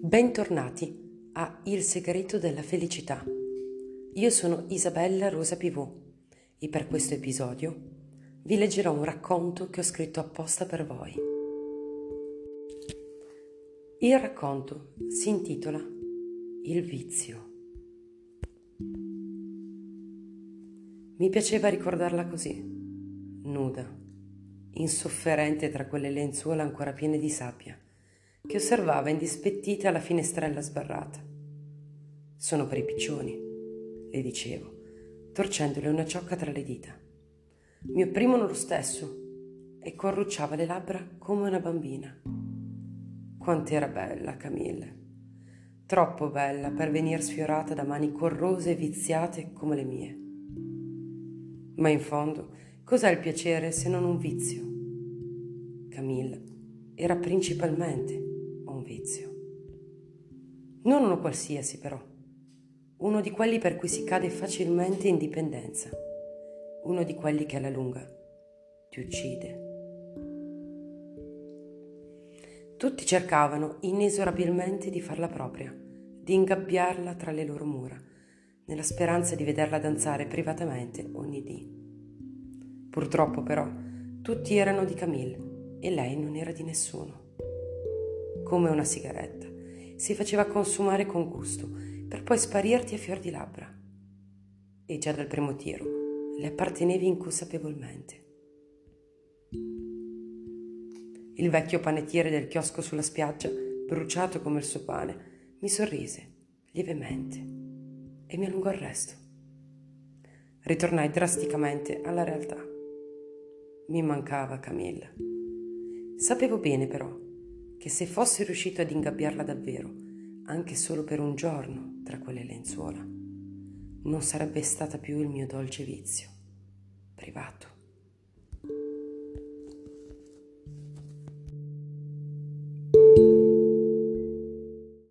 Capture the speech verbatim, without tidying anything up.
Bentornati a Il segreto della felicità. Io sono Isabella Rosa Pivot e per questo episodio vi leggerò un racconto che ho scritto apposta per voi. Il racconto si intitola Il vizio. Mi piaceva ricordarla così, nuda, insofferente tra quelle lenzuola ancora piene di sabbia, che osservava indispettita la finestrella sbarrata. Sono per i piccioni, le dicevo, torcendole una ciocca tra le dita. Mi opprimono lo stesso e corrucciava le labbra come una bambina. Quant'era bella Camille, troppo bella per venir sfiorata da mani corrose e viziate come le mie. Ma in fondo, cos'è il piacere se non un vizio? Camille era principalmente un vizio. Non uno qualsiasi però, uno di quelli per cui si cade facilmente in dipendenza, uno di quelli che alla lunga ti uccide. Tutti cercavano inesorabilmente di farla propria, di ingabbiarla tra le loro mura, nella speranza di vederla danzare privatamente ogni dì. Purtroppo però tutti erano di Camille e lei non era di nessuno. Come una sigaretta, si faceva consumare con gusto per poi sparirti a fior di labbra. E già dal primo tiro le appartenevi inconsapevolmente. Il vecchio panettiere del chiosco sulla spiaggia, bruciato come il suo pane, mi sorrise lievemente e mi allungò il resto. Ritornai drasticamente alla realtà. Mi mancava Camille. Sapevo bene però che se fossi riuscito ad ingabbiarla davvero, anche solo per un giorno tra quelle lenzuola, non sarebbe stata più il mio dolce vizio privato.